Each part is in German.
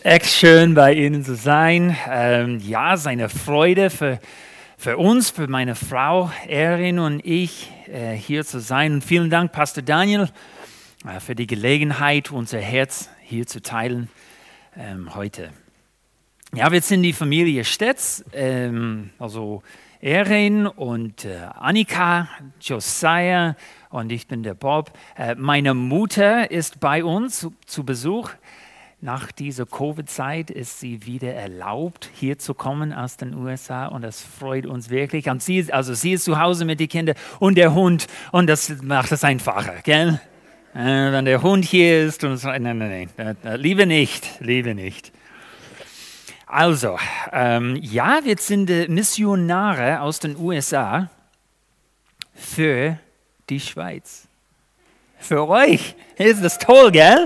echt schön, bei Ihnen zu sein. Ja, seine Freude für uns, für meine Frau Erin und ich, hier zu sein. Und vielen Dank, Pastor Daniel, für die Gelegenheit, unser Herz hier zu teilen heute. Ja, wir sind die Familie Stetz, also Erin und Annika, Josiah und ich bin der Bob. Meine Mutter ist bei uns zu Besuch. Nach dieser Covid-Zeit ist sie wieder erlaubt, hier zu kommen aus den USA und das freut uns wirklich. Und sie ist zu Hause mit den Kindern und der Hund und das macht es einfacher, gell? Wenn der Hund hier ist und nein, lieber nicht. Also, ja, wir sind Missionare aus den USA für die Schweiz. Für euch. Ist das toll, gell?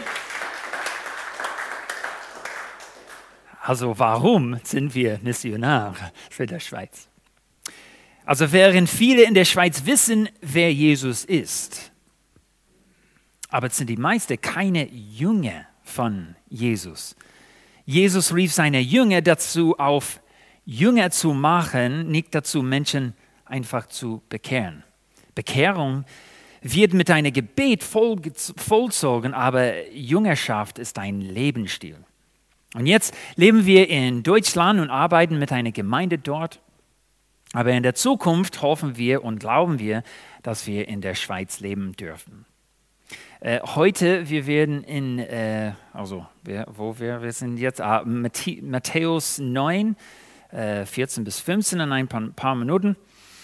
Also warum sind wir Missionare für die Schweiz? Also während viele in der Schweiz wissen, wer Jesus ist, aber sind die meisten keine Jünger von Jesus. Jesus rief seine Jünger dazu auf, Jünger zu machen, nicht dazu, Menschen einfach zu bekehren. Bekehrung wird mit einem Gebet vollzogen, aber Jüngerschaft ist ein Lebensstil. Und jetzt leben wir in Deutschland und arbeiten mit einer Gemeinde dort. Aber in der Zukunft hoffen wir und glauben wir, dass wir in der Schweiz leben dürfen. Heute, wir werden wir sind jetzt, Matthäus 9, 14 bis 15 in ein paar Minuten.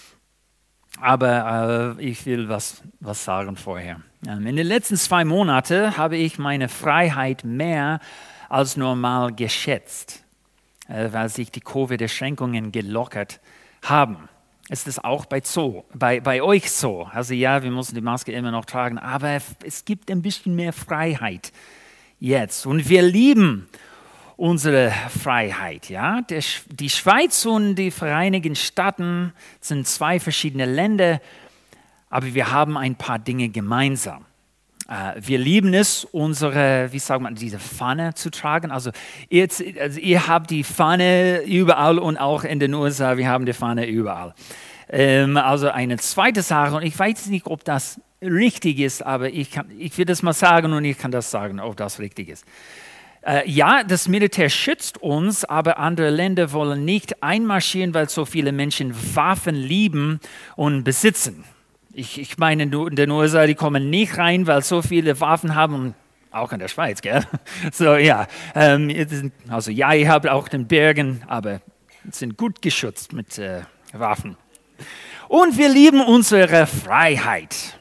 Aber ich will was sagen vorher. In den letzten 2 Monaten habe ich meine Freiheit mehr als normal geschätzt, weil sich die Covid-Beschränkungen gelockert haben. Ist es auch bei euch so? Also ja, wir müssen die Maske immer noch tragen, aber es gibt ein bisschen mehr Freiheit jetzt. Und wir lieben unsere Freiheit. Ja? Die Schweiz und die Vereinigten Staaten sind 2 verschiedene Länder, aber wir haben ein paar Dinge gemeinsam. Wir lieben es, diese Fahne zu tragen. Also ihr habt die Fahne überall und auch in den USA, wir haben die Fahne überall. Also eine zweite Sache, und ich weiß nicht, ob das richtig ist, aber ich will das mal sagen und ich kann das sagen, ob das richtig ist. Ja, das Militär schützt uns, aber andere Länder wollen nicht einmarschieren, weil so viele Menschen Waffen lieben und besitzen. Ich meine, in den USA, die kommen nicht rein, weil so viele Waffen haben, und auch in der Schweiz, gell? So, ja. Also, ja, ihr habt auch den Bergen, aber sind gut geschützt mit Waffen. Und wir lieben unsere Freiheit.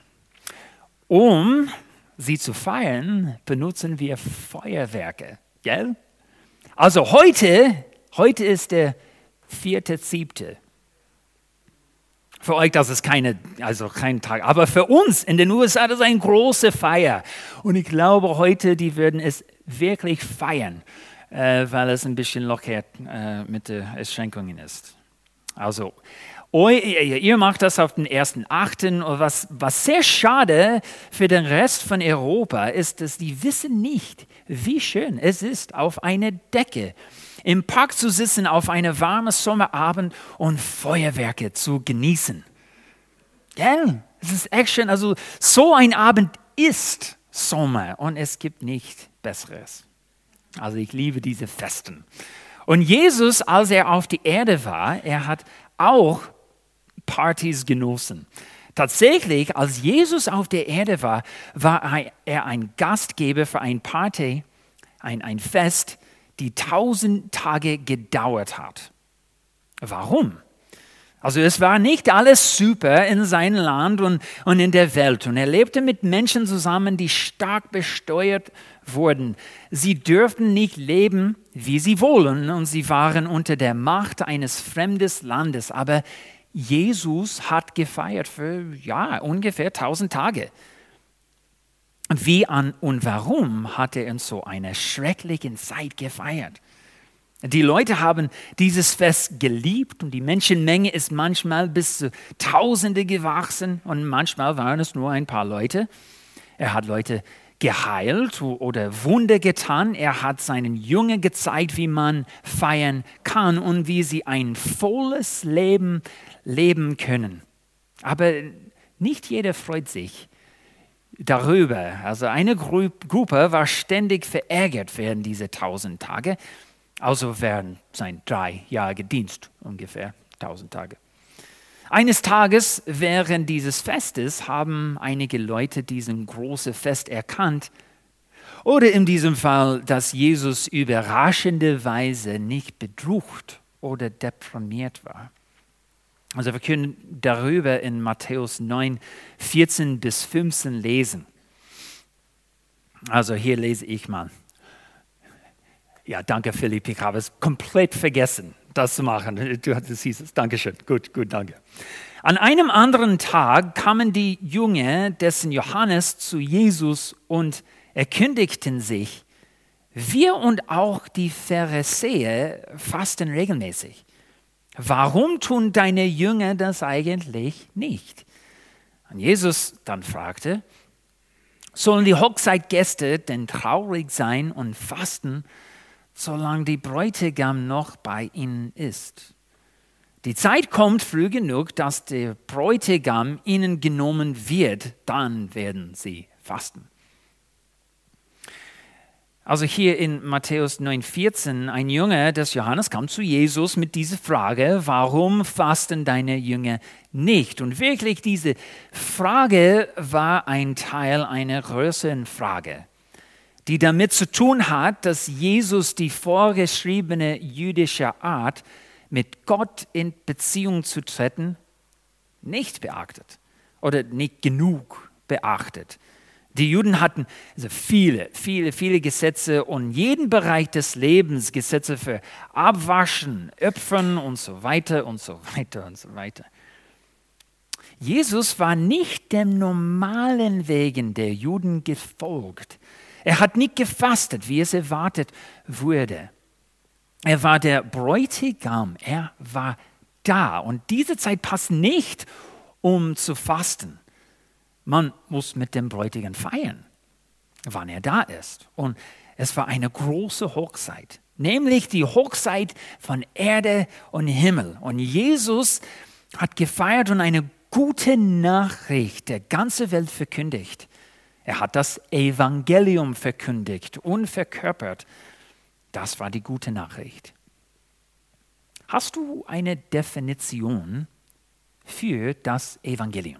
Um sie zu feiern, benutzen wir Feuerwerke, gell? Also, heute ist der 4.7. Für euch, das ist kein Tag, aber für uns in den USA, das ist eine große Feier. Und ich glaube, heute, die würden es wirklich feiern, weil es ein bisschen locker mit den Beschränkungen ist. Also, ihr macht das auf den 1.8. Und was sehr schade für den Rest von Europa ist, dass die wissen nicht, wie schön es ist, auf einer Decke im Park zu sitzen, auf einem warmen Sommerabend und Feuerwerke zu genießen. Gell? Es ist echt schön. Also so ein Abend ist Sommer und es gibt nichts Besseres. Also ich liebe diese Festen. Und Jesus, als er auf die Erde war, er hat auch Partys genossen. Tatsächlich, als Jesus auf der Erde war er ein Gastgeber für eine Party, ein Fest, die 1000 Tage gedauert hat. Warum? Also es war nicht alles super in seinem Land und in der Welt. Und er lebte mit Menschen zusammen, die stark besteuert wurden. Sie dürften nicht leben, wie sie wollen. Und sie waren unter der Macht eines fremden Landes. Aber Jesus hat gefeiert für ungefähr 1000 Tage. Wie und warum hat er in so einer schrecklichen Zeit gefeiert? Die Leute haben dieses Fest geliebt und die Menschenmenge ist manchmal bis zu Tausende gewachsen und manchmal waren es nur ein paar Leute. Er hat Leute geheilt oder Wunder getan. Er hat seinen Jüngern gezeigt, wie man feiern kann und wie sie ein volles Leben leben können. Aber nicht jeder freut sich darüber. Also eine Gruppe war ständig verärgert während dieser 1000 Tage. Also während sein 3-jähriger Dienst ungefähr 1000 Tage. Eines Tages während dieses Festes haben einige Leute diesen großen Fest erkannt oder in diesem Fall, dass Jesus überraschenderweise nicht bedrückt oder deprimiert war. Also wir können darüber in Matthäus 9, 14 bis 15 lesen. Also hier lese ich mal. Ja, danke Philipp, ich habe es komplett vergessen, das zu machen. Du hattest es. Dankeschön. Gut, danke. An einem anderen Tag kamen die Jünger dessen Johannes zu Jesus und erkündigten sich, wir und auch die Pharisäer fasten regelmäßig. Warum tun deine Jünger das eigentlich nicht? Und Jesus dann fragte, sollen die Hochzeitgäste denn traurig sein und fasten, solange die Bräutigam noch bei ihnen ist? Die Zeit kommt früh genug, dass der Bräutigam ihnen genommen wird, dann werden sie fasten. Also hier in Matthäus 9,14, ein Jünger des Johannes kam zu Jesus mit dieser Frage, warum fasten deine Jünger nicht? Und wirklich, diese Frage war ein Teil einer größeren Frage, die damit zu tun hat, dass Jesus die vorgeschriebene jüdische Art, mit Gott in Beziehung zu treten, nicht beachtet oder nicht genug beachtet. Die Juden hatten also viele Gesetze und jeden Bereich des Lebens, Gesetze für Abwaschen, Opfern und so weiter und so weiter und so weiter. Jesus war nicht dem normalen Wegen der Juden gefolgt. Er hat nicht gefastet, wie es erwartet wurde. Er war der Bräutigam, er war da. Und diese Zeit passt nicht, um zu fasten. Man muss mit dem Bräutigam feiern, wann er da ist. Und es war eine große Hochzeit, nämlich die Hochzeit von Erde und Himmel. Und Jesus hat gefeiert und eine gute Nachricht der ganzen Welt verkündigt. Er hat das Evangelium verkündigt und verkörpert. Das war die gute Nachricht. Hast du eine Definition für das Evangelium?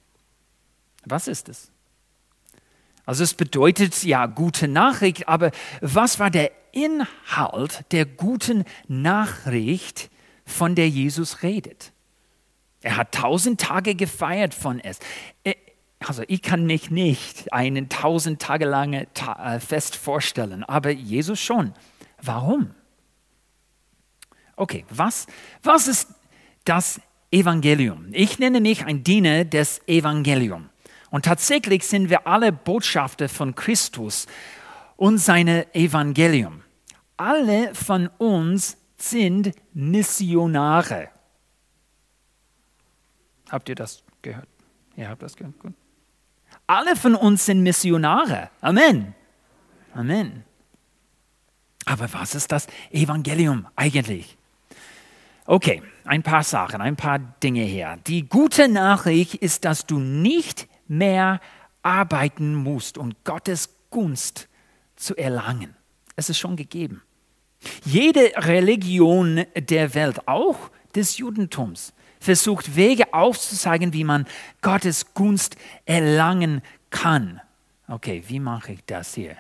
Was ist es? Also es bedeutet ja gute Nachricht, aber was war der Inhalt der guten Nachricht, von der Jesus redet? Er hat 1000 Tage gefeiert von es. Also ich kann mich nicht einen 1000 Tage lange Fest vorstellen, aber Jesus schon. Warum? Okay, was ist das Evangelium? Ich nenne mich ein Diener des Evangeliums. Und tatsächlich sind wir alle Botschafter von Christus und seinem Evangelium. Alle von uns sind Missionare. Habt ihr das gehört? Ihr habt das gehört? Gut. Alle von uns sind Missionare. Amen. Amen. Aber was ist das Evangelium eigentlich? Okay, ein paar Sachen, ein paar Dinge her. Die gute Nachricht ist, dass du nicht mehr arbeiten musst, um Gottes Gunst zu erlangen. Es ist schon gegeben. Jede Religion der Welt, auch des Judentums, versucht Wege aufzuzeigen, wie man Gottes Gunst erlangen kann. Okay, wie mache ich das hier?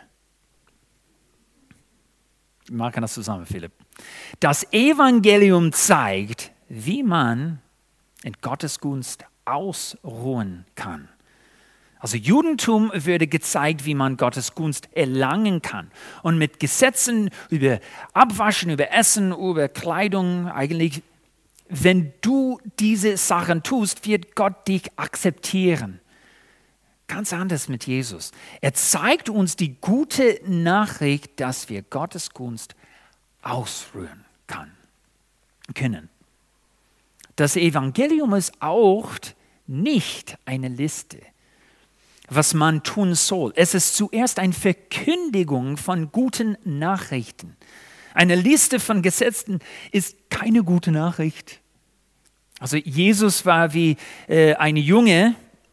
Wir machen das zusammen, Philipp. Das Evangelium zeigt, wie man in Gottes Gunst ausruhen kann. Also Judentum würde gezeigt, wie man Gottes Gunst erlangen kann. Und mit Gesetzen über Abwaschen, über Essen, über Kleidung, eigentlich, wenn du diese Sachen tust, wird Gott dich akzeptieren. Ganz anders mit Jesus. Er zeigt uns die gute Nachricht, dass wir Gottes Gunst ausruhen können. Das Evangelium ist auch nicht eine Liste. was man tun soll. Es ist zuerst eine Verkündigung von guten Nachrichten. Eine Liste von Gesetzen ist keine gute Nachricht. Also Jesus war wie ein Junge,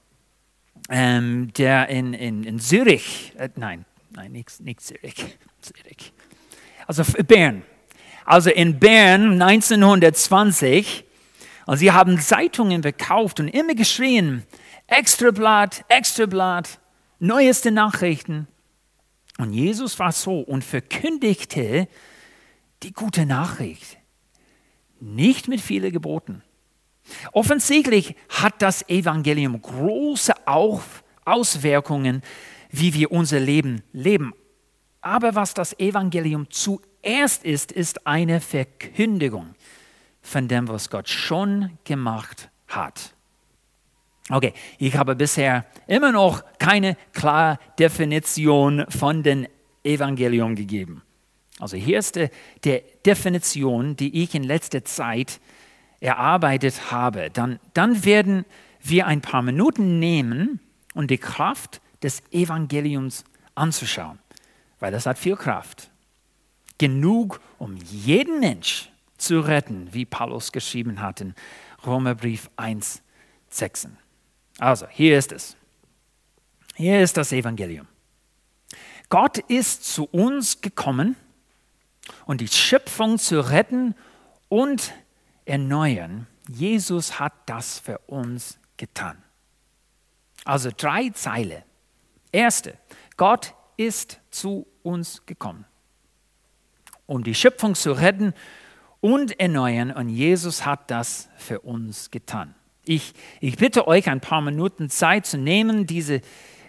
der in Zürich, nicht Zürich, also Bern. Also in Bern 1920, und sie haben Zeitungen verkauft und immer geschrien, Extrablatt, Extrablatt, neueste Nachrichten. Und Jesus war so und verkündigte die gute Nachricht, nicht mit vielen Geboten. Offensichtlich hat das Evangelium große Auswirkungen, wie wir unser Leben leben. Aber was das Evangelium zuerst ist eine Verkündigung von dem, was Gott schon gemacht hat. Okay, ich habe bisher immer noch keine klare Definition von dem Evangelium gegeben. Also hier ist die Definition, die ich in letzter Zeit erarbeitet habe. Dann werden wir ein paar Minuten nehmen, um die Kraft des Evangeliums anzuschauen, weil das hat viel Kraft. Genug, um jeden Mensch zu retten, wie Paulus geschrieben hat in Römerbrief 1,16. Also, hier ist es. Hier ist das Evangelium. Gott ist zu uns gekommen, um die Schöpfung zu retten und erneuern. Jesus hat das für uns getan. Also 3 Zeilen. Erste, Gott ist zu uns gekommen, um die Schöpfung zu retten und erneuern, und Jesus hat das für uns getan. Ich bitte euch, ein paar Minuten Zeit zu nehmen, diese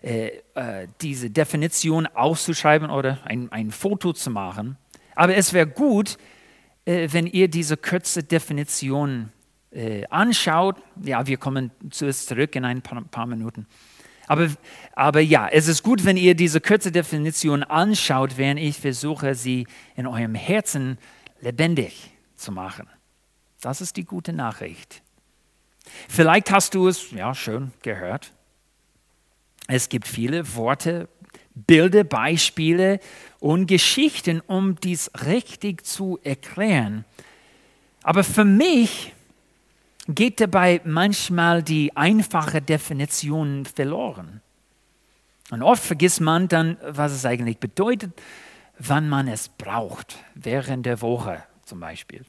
Definition auszuschreiben oder ein Foto zu machen. Aber es wäre gut, wenn ihr diese kurze Definition anschaut. Ja, wir kommen zuerst zurück in ein paar Minuten. Aber ja, es ist gut, wenn ihr diese kurze Definition anschaut, während ich versuche, sie in eurem Herzen lebendig zu machen. Das ist die gute Nachricht. Vielleicht hast du es ja schon gehört. Es gibt viele Worte, Bilder, Beispiele und Geschichten, um dies richtig zu erklären. Aber für mich geht dabei manchmal die einfache Definition verloren. Und oft vergisst man dann, was es eigentlich bedeutet, wann man es braucht, während der Woche zum Beispiel.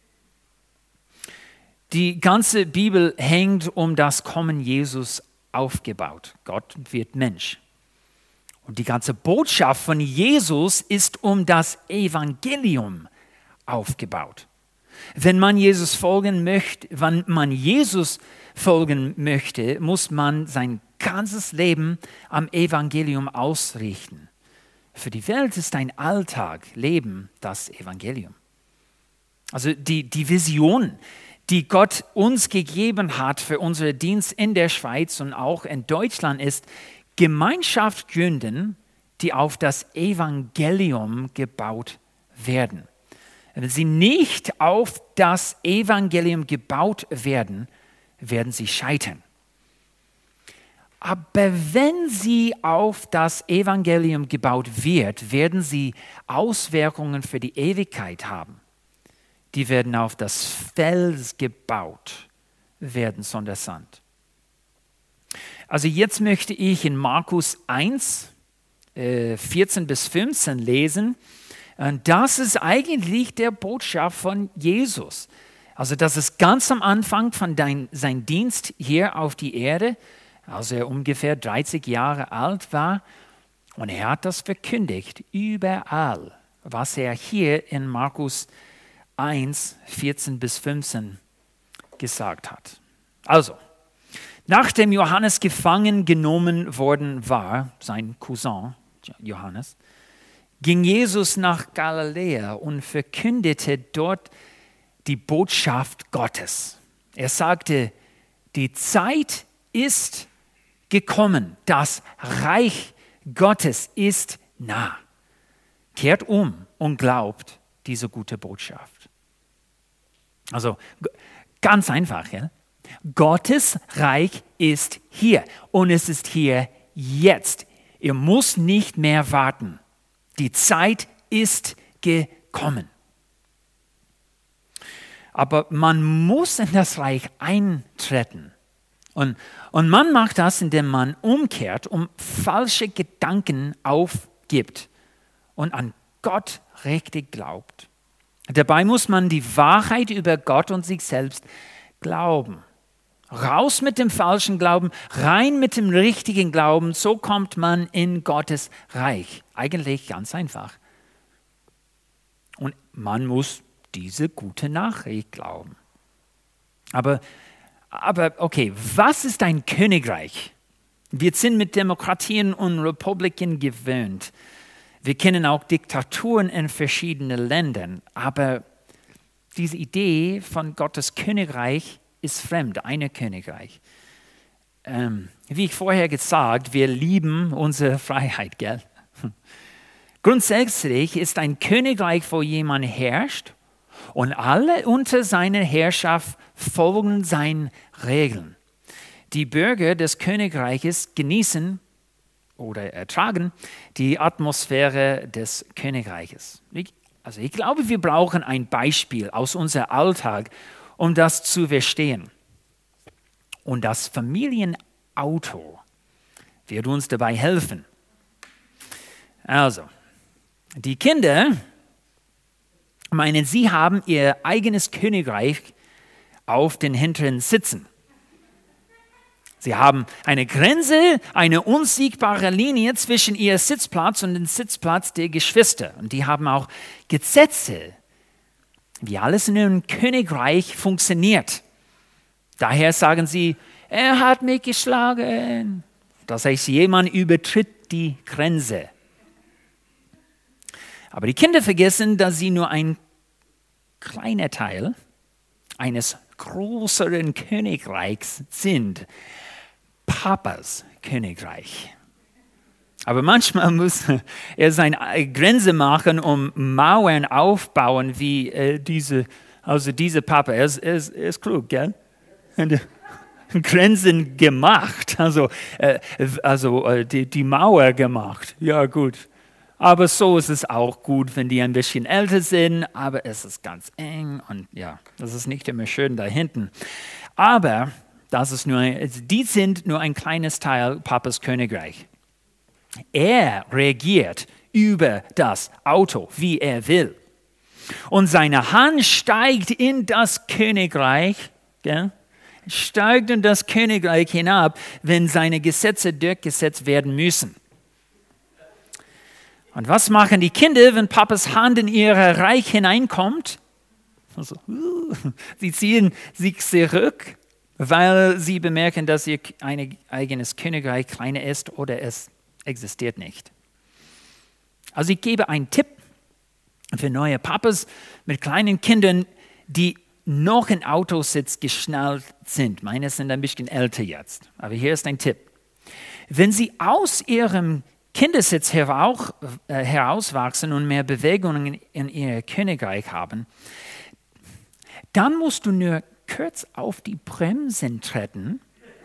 Die ganze Bibel hängt um das Kommen Jesus aufgebaut. Gott wird Mensch. Und die ganze Botschaft von Jesus ist um das Evangelium aufgebaut. Wenn man Jesus folgen möchte, muss man sein ganzes Leben am Evangelium ausrichten. Für die Welt ist ein Alltag, Leben, das Evangelium. Also die Vision, die Gott uns gegeben hat für unseren Dienst in der Schweiz und auch in Deutschland, ist Gemeinschaft gründen, die auf das Evangelium gebaut werden. Wenn sie nicht auf das Evangelium gebaut werden, werden sie scheitern. Aber wenn sie auf das Evangelium gebaut wird, werden sie Auswirkungen für die Ewigkeit haben. Die werden auf das Fels gebaut werden, sondern Sand. Also jetzt möchte ich in Markus 1, 14 bis 15 lesen. Und das ist eigentlich der Botschaft von Jesus. Also das ist ganz am Anfang von sein Dienst hier auf die Erde, als er ungefähr 30 Jahre alt war. Und er hat das verkündigt, überall, was er hier in Markus 1, 14 bis 15 gesagt hat. Also, nachdem Johannes gefangen genommen worden war, sein Cousin Johannes, ging Jesus nach Galiläa und verkündete dort die Botschaft Gottes. Er sagte, die Zeit ist gekommen, das Reich Gottes ist nah. Kehrt um und glaubt diese gute Botschaft. Also ganz einfach, ja? Gottes Reich ist hier und es ist hier jetzt. Ihr müsst nicht mehr warten. Die Zeit ist gekommen. Aber man muss in das Reich eintreten. Und man macht das, indem man umkehrt und falsche Gedanken aufgibt und an Gott richtig glaubt. Dabei muss man die Wahrheit über Gott und sich selbst glauben. Raus mit dem falschen Glauben, rein mit dem richtigen Glauben, so kommt man in Gottes Reich. Eigentlich ganz einfach. Und man muss diese gute Nachricht glauben. Aber okay, was ist ein Königreich? Wir sind mit Demokratien und Republiken gewöhnt. Wir kennen auch Diktaturen in verschiedenen Ländern. Aber diese Idee von Gottes Königreich ist fremd, ein Königreich. Wie ich vorher gesagt, wir lieben unsere Freiheit, gell? Grundsätzlich ist ein Königreich, wo jemand herrscht und alle unter seiner Herrschaft folgen seinen Regeln. Die Bürger des Königreiches genießen oder ertragen die Atmosphäre des Königreiches. Ich glaube, wir brauchen ein Beispiel aus unserem Alltag, um das zu verstehen. Und das Familienauto wird uns dabei helfen. Also, die Kinder meinen, sie haben ihr eigenes Königreich auf den hinteren Sitzen. Sie haben eine Grenze, eine unsiegbare Linie zwischen ihrem Sitzplatz und dem Sitzplatz der Geschwister. Und die haben auch Gesetze, wie alles in ihrem Königreich funktioniert. Daher sagen sie, er hat mich geschlagen. Das heißt, jemand übertritt die Grenze. Aber die Kinder vergessen, dass sie nur ein kleiner Teil eines größeren Königreichs sind. Papas Königreich. Aber manchmal muss er seine Grenze machen und Mauern aufbauen, wie diese Papa. Er ist klug, gell? Grenzen gemacht, die Mauer gemacht. Ja, gut. Aber so ist es auch gut, wenn die ein bisschen älter sind, aber es ist ganz eng und ja, das ist nicht immer schön da hinten. Aber die sind nur ein kleines Teil Papas Königreich. Er regiert über das Auto, wie er will. Und seine Hand steigt in das Königreich, gell? Steigt in das Königreich hinab, wenn seine Gesetze durchgesetzt werden müssen. Und was machen die Kinder, wenn Papas Hand in ihr Reich hineinkommt? Sie ziehen sich zurück, weil sie bemerken, dass ihr eigenes Königreich kleiner ist oder es existiert nicht. Also ich gebe einen Tipp für neue Papas mit kleinen Kindern, die noch in Autositz geschnallt sind. Meine sind ein bisschen älter jetzt, aber hier ist ein Tipp. Wenn sie aus ihrem Kindersitz herauswachsen und mehr Bewegungen in ihr Königreich haben, dann musst du nur kurz auf die Bremsen treten,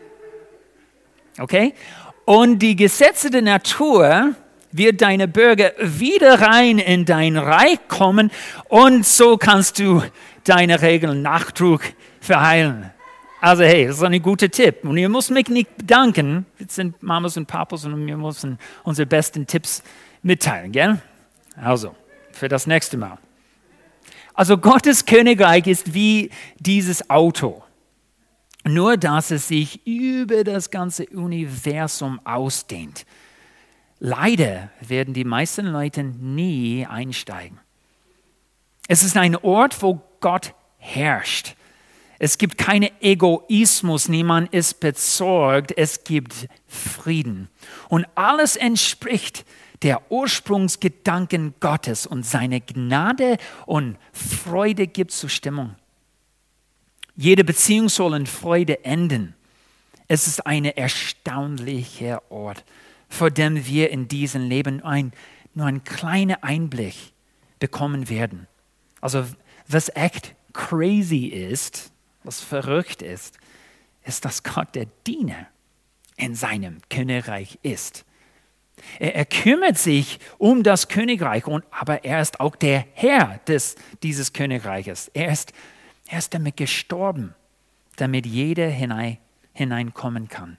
okay? Und die Gesetze der Natur wird deine Bürger wieder rein in dein Reich kommen und so kannst du deine Regeln Nachdruck verheilen. Also hey, das ist ein guter Tipp. Und ihr müsst mich nicht bedanken. Wir sind Mamas und Papas und wir müssen unsere besten Tipps mitteilen, gell? Also, für das nächste Mal. Also Gottes Königreich ist wie dieses Auto. Nur, dass es sich über das ganze Universum ausdehnt. Leider werden die meisten Leute nie einsteigen. Es ist ein Ort, wo Gott herrscht. Es gibt keinen Egoismus, niemand ist besorgt, es gibt Frieden. Und alles entspricht der Ursprungsgedanken Gottes und seine Gnade und Freude gibt Zustimmung. Jede Beziehung soll in Freude enden. Es ist ein erstaunlicher Ort, vor dem wir in diesem Leben nur einen kleinen Einblick bekommen werden. Also was echt crazy ist, was verrückt ist, ist, dass Gott der Diener in seinem Königreich ist. Er kümmert sich um das Königreich, aber er ist auch der Herr dieses Königreiches. Er ist damit gestorben, damit jeder hineinkommen kann.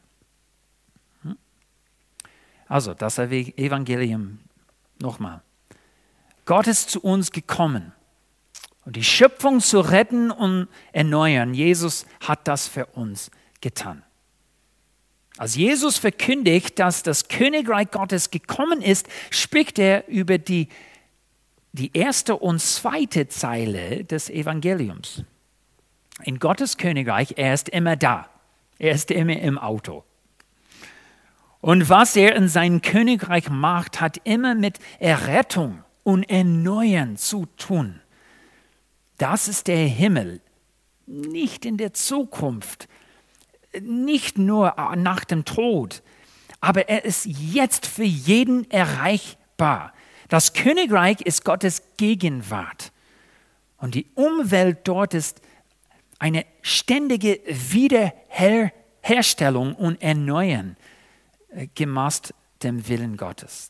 Also, das Evangelium nochmal. Gott ist zu uns gekommen, um die Schöpfung zu retten und erneuern. Jesus hat das für uns getan. Als Jesus verkündigt, dass das Königreich Gottes gekommen ist, spricht er über die erste und zweite Zeile des Evangeliums. In Gottes Königreich, er ist immer da. Er ist immer im Auto. Und was er in seinem Königreich macht, hat immer mit Errettung und Erneuern zu tun. Das ist der Himmel, nicht in der Zukunft, nicht nur nach dem Tod, aber er ist jetzt für jeden erreichbar. Das Königreich ist Gottes Gegenwart und die Umwelt dort ist eine ständige Wiederherstellung und Erneuern gemäß dem Willen Gottes.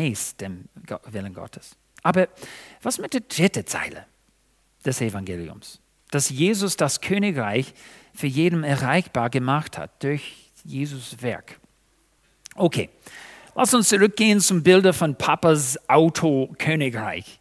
Aber was mit der dritten Zeile des Evangeliums? Dass Jesus das Königreich für jeden erreichbar gemacht hat durch Jesus' Werk. Okay, lass uns zurückgehen zum Bilder von Papas Auto-Königreich.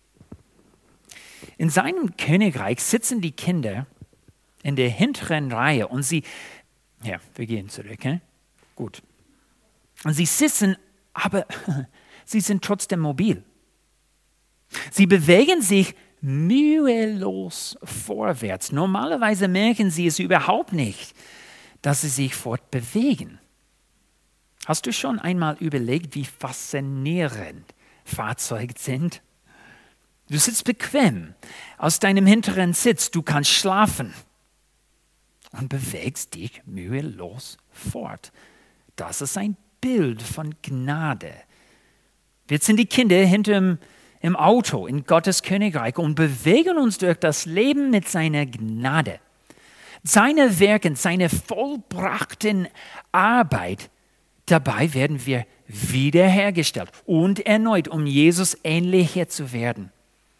In seinem Königreich sitzen die Kinder in der hinteren Reihe und wir gehen zurück, gut. Und sie sitzen, aber sie sind trotzdem mobil. Sie bewegen sich mühelos vorwärts. Normalerweise merken sie es überhaupt nicht, dass sie sich fortbewegen. Hast du schon einmal überlegt, wie faszinierend Fahrzeuge sind? Du sitzt bequem aus deinem hinteren Sitz, du kannst schlafen und bewegst dich mühelos fort. Das ist ein Bild von Gnade. Wir sind die Kinder im Auto in Gottes Königreich und bewegen uns durch das Leben mit seiner Gnade. Seine Werke, seine vollbrachten Arbeit, dabei werden wir wiederhergestellt und erneut, um Jesus ähnlicher zu werden.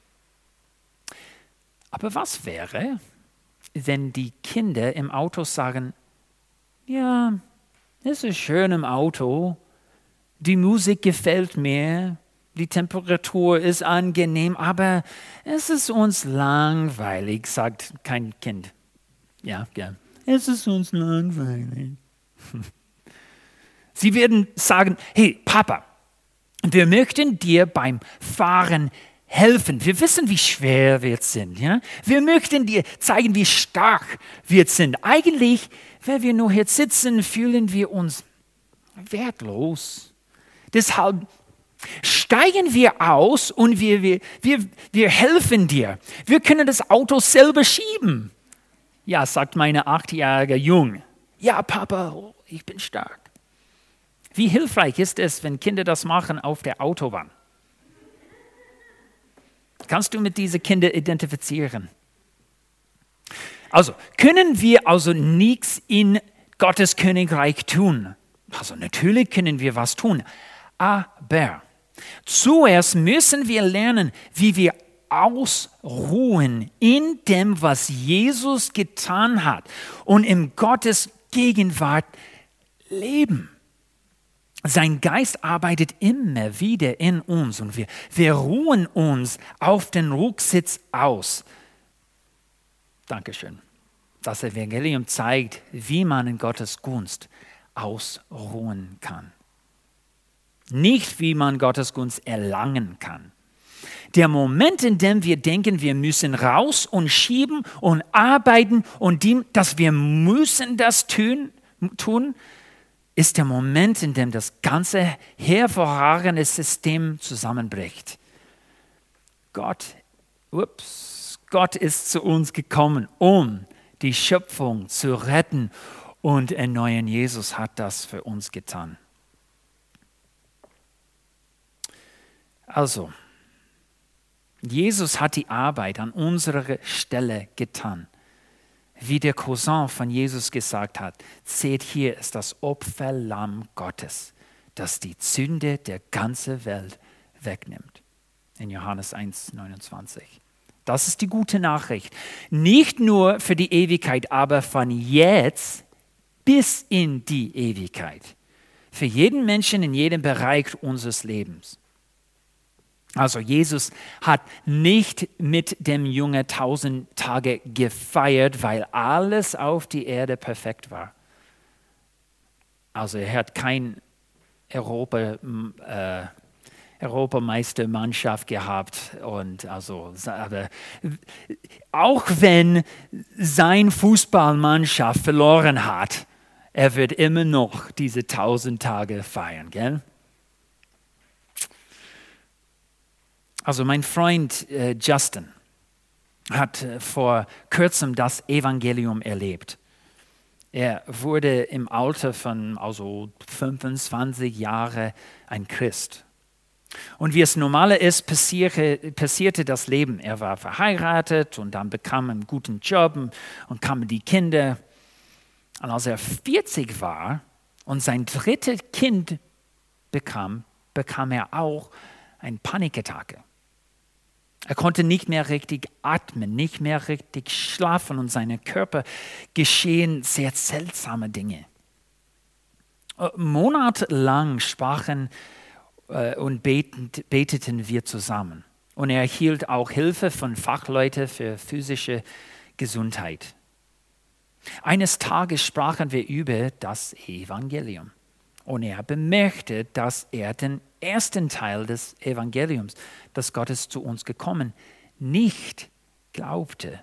Aber was wäre, wenn die Kinder im Auto sagen, ja, es ist schön im Auto, die Musik gefällt mir, die Temperatur ist angenehm, aber es ist uns langweilig, sagt kein Kind. Ja, es ist uns langweilig. Sie werden sagen, hey Papa, wir möchten dir beim Fahren helfen. Wir wissen, wie schwer wir sind. Ja? Wir möchten dir zeigen, wie stark wir sind. Eigentlich, wenn wir nur hier sitzen, fühlen wir uns wertlos. Deshalb steigen wir aus und wir helfen dir. Wir können das Auto selber schieben. Ja, sagt meine 8-jährige Junge. Ja, Papa, ich bin stark. Wie hilfreich ist es, wenn Kinder das machen auf der Autobahn? Kannst du mit diesen Kindern identifizieren? Also, können wir nichts in Gottes Königreich tun? Also, natürlich können wir was tun. Aber zuerst müssen wir lernen, wie wir ausruhen in dem, was Jesus getan hat und in Gottes Gegenwart leben. Sein Geist arbeitet immer wieder in uns und wir ruhen uns auf den Rücksitz aus. Dankeschön. Das Evangelium zeigt, wie man in Gottes Gunst ausruhen kann. Nicht, wie man Gottes Gunst erlangen kann. Der Moment, in dem wir denken, wir müssen raus und schieben und arbeiten und dass wir müssen das tun, ist der Moment, in dem das ganze hervorragende System zusammenbricht. Gott ist zu uns gekommen, um die Schöpfung zu retten und erneuern. Jesus hat das für uns getan. Also, Jesus hat die Arbeit an unserer Stelle getan. wie der Cousin von Jesus gesagt hat, seht, hier ist das Opferlamm Gottes, das die Sünde der ganzen Welt wegnimmt. In Johannes 1,29. Das ist die gute Nachricht. Nicht nur für die Ewigkeit, aber von jetzt bis in die Ewigkeit. Für jeden Menschen in jedem Bereich unseres Lebens. Also Jesus hat nicht mit dem Jungen 1000 Tage gefeiert, weil alles auf die Erde perfekt war. Also er hat kein Europameistermannschaft gehabt. Und also, aber auch wenn seine Fußballmannschaft verloren hat, er wird immer noch diese 1000 Tage feiern, gell? Also mein Freund Justin hat vor kurzem das Evangelium erlebt. Er wurde im Alter von 25 Jahren ein Christ. Und wie es normaler ist, passierte das Leben. Er war verheiratet und dann bekam er einen guten Job und kamen die Kinder. Und als er 40 war und sein drittes Kind bekam er auch eine Panikattacke. Er konnte nicht mehr richtig atmen, nicht mehr richtig schlafen und seinem Körper geschehen sehr seltsame Dinge. Monatelang sprachen und beteten wir zusammen. Und er erhielt auch Hilfe von Fachleuten für physische Gesundheit. Eines Tages sprachen wir über das Evangelium. Und er bemerkte, dass er den ersten Teil des Evangeliums, das Gottes zu uns gekommen, nicht glaubte.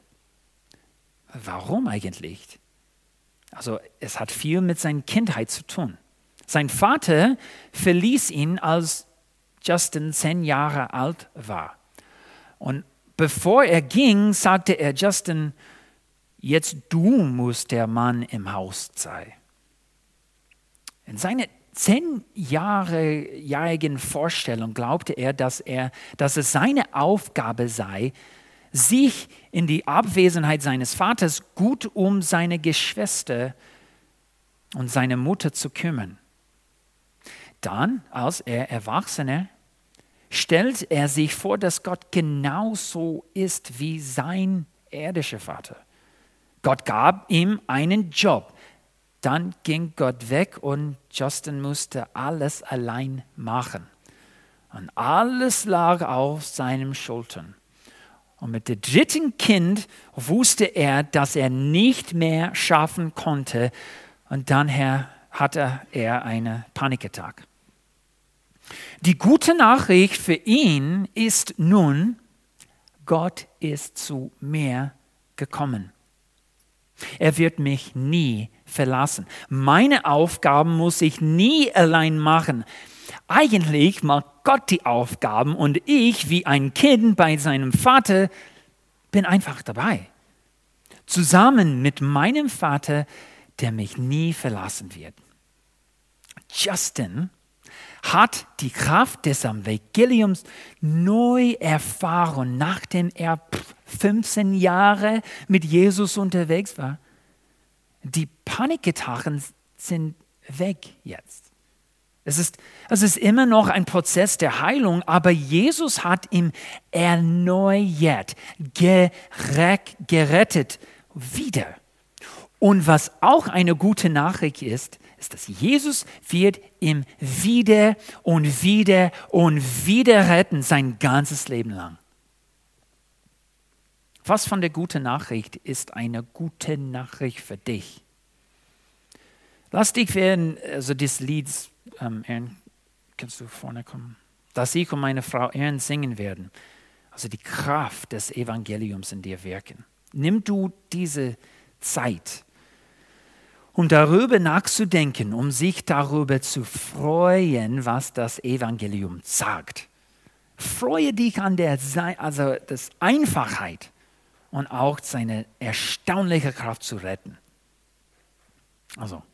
Warum eigentlich? Also es hat viel mit seiner Kindheit zu tun. Sein Vater verließ ihn, als Justin 10 Jahre alt war. Und bevor er ging, sagte er Justin, jetzt du musst der Mann im Haus sein. In seiner 10-jährigen Vorstellung glaubte er, dass es seine Aufgabe sei, sich in die Abwesenheit seines Vaters gut um seine Geschwister und seine Mutter zu kümmern. Dann, als er Erwachsener, stellt er sich vor, dass Gott genauso ist wie sein irdischer Vater. Gott gab ihm einen Job. Dann ging Gott weg und Justin musste alles allein machen. Und alles lag auf seinen Schultern. Und mit dem dritten Kind wusste er, dass er nicht mehr schaffen konnte. Und dann hatte er eine Panikattacke. Die gute Nachricht für ihn ist nun, Gott ist zu mir gekommen. Er wird mich nie verlassen. Meine Aufgaben muss ich nie allein machen. Eigentlich macht Gott die Aufgaben und ich, wie ein Kind bei seinem Vater, bin einfach dabei. Zusammen mit meinem Vater, der mich nie verlassen wird. Justin hat die Kraft des Evangeliums neu erfahren, nachdem er 15 Jahre mit Jesus unterwegs war. Die Panikattacken sind weg jetzt. Es ist immer noch ein Prozess der Heilung, aber Jesus hat ihn erneuert, gerettet wieder. Und was auch eine gute Nachricht ist, dass Jesus wird ihn wieder und wieder und wieder retten, sein ganzes Leben lang. Was von der guten Nachricht ist eine gute Nachricht für dich? Lass dich werden, also das Lied, Aaron, kannst du vorne kommen? Dass ich und meine Frau Aaron singen werden. Also die Kraft des Evangeliums in dir wirken. Nimm du diese Zeit, um darüber nachzudenken, um sich darüber zu freuen, was das Evangelium sagt. Freue dich an der Einfachheit und auch seine erstaunliche Kraft zu retten. Also,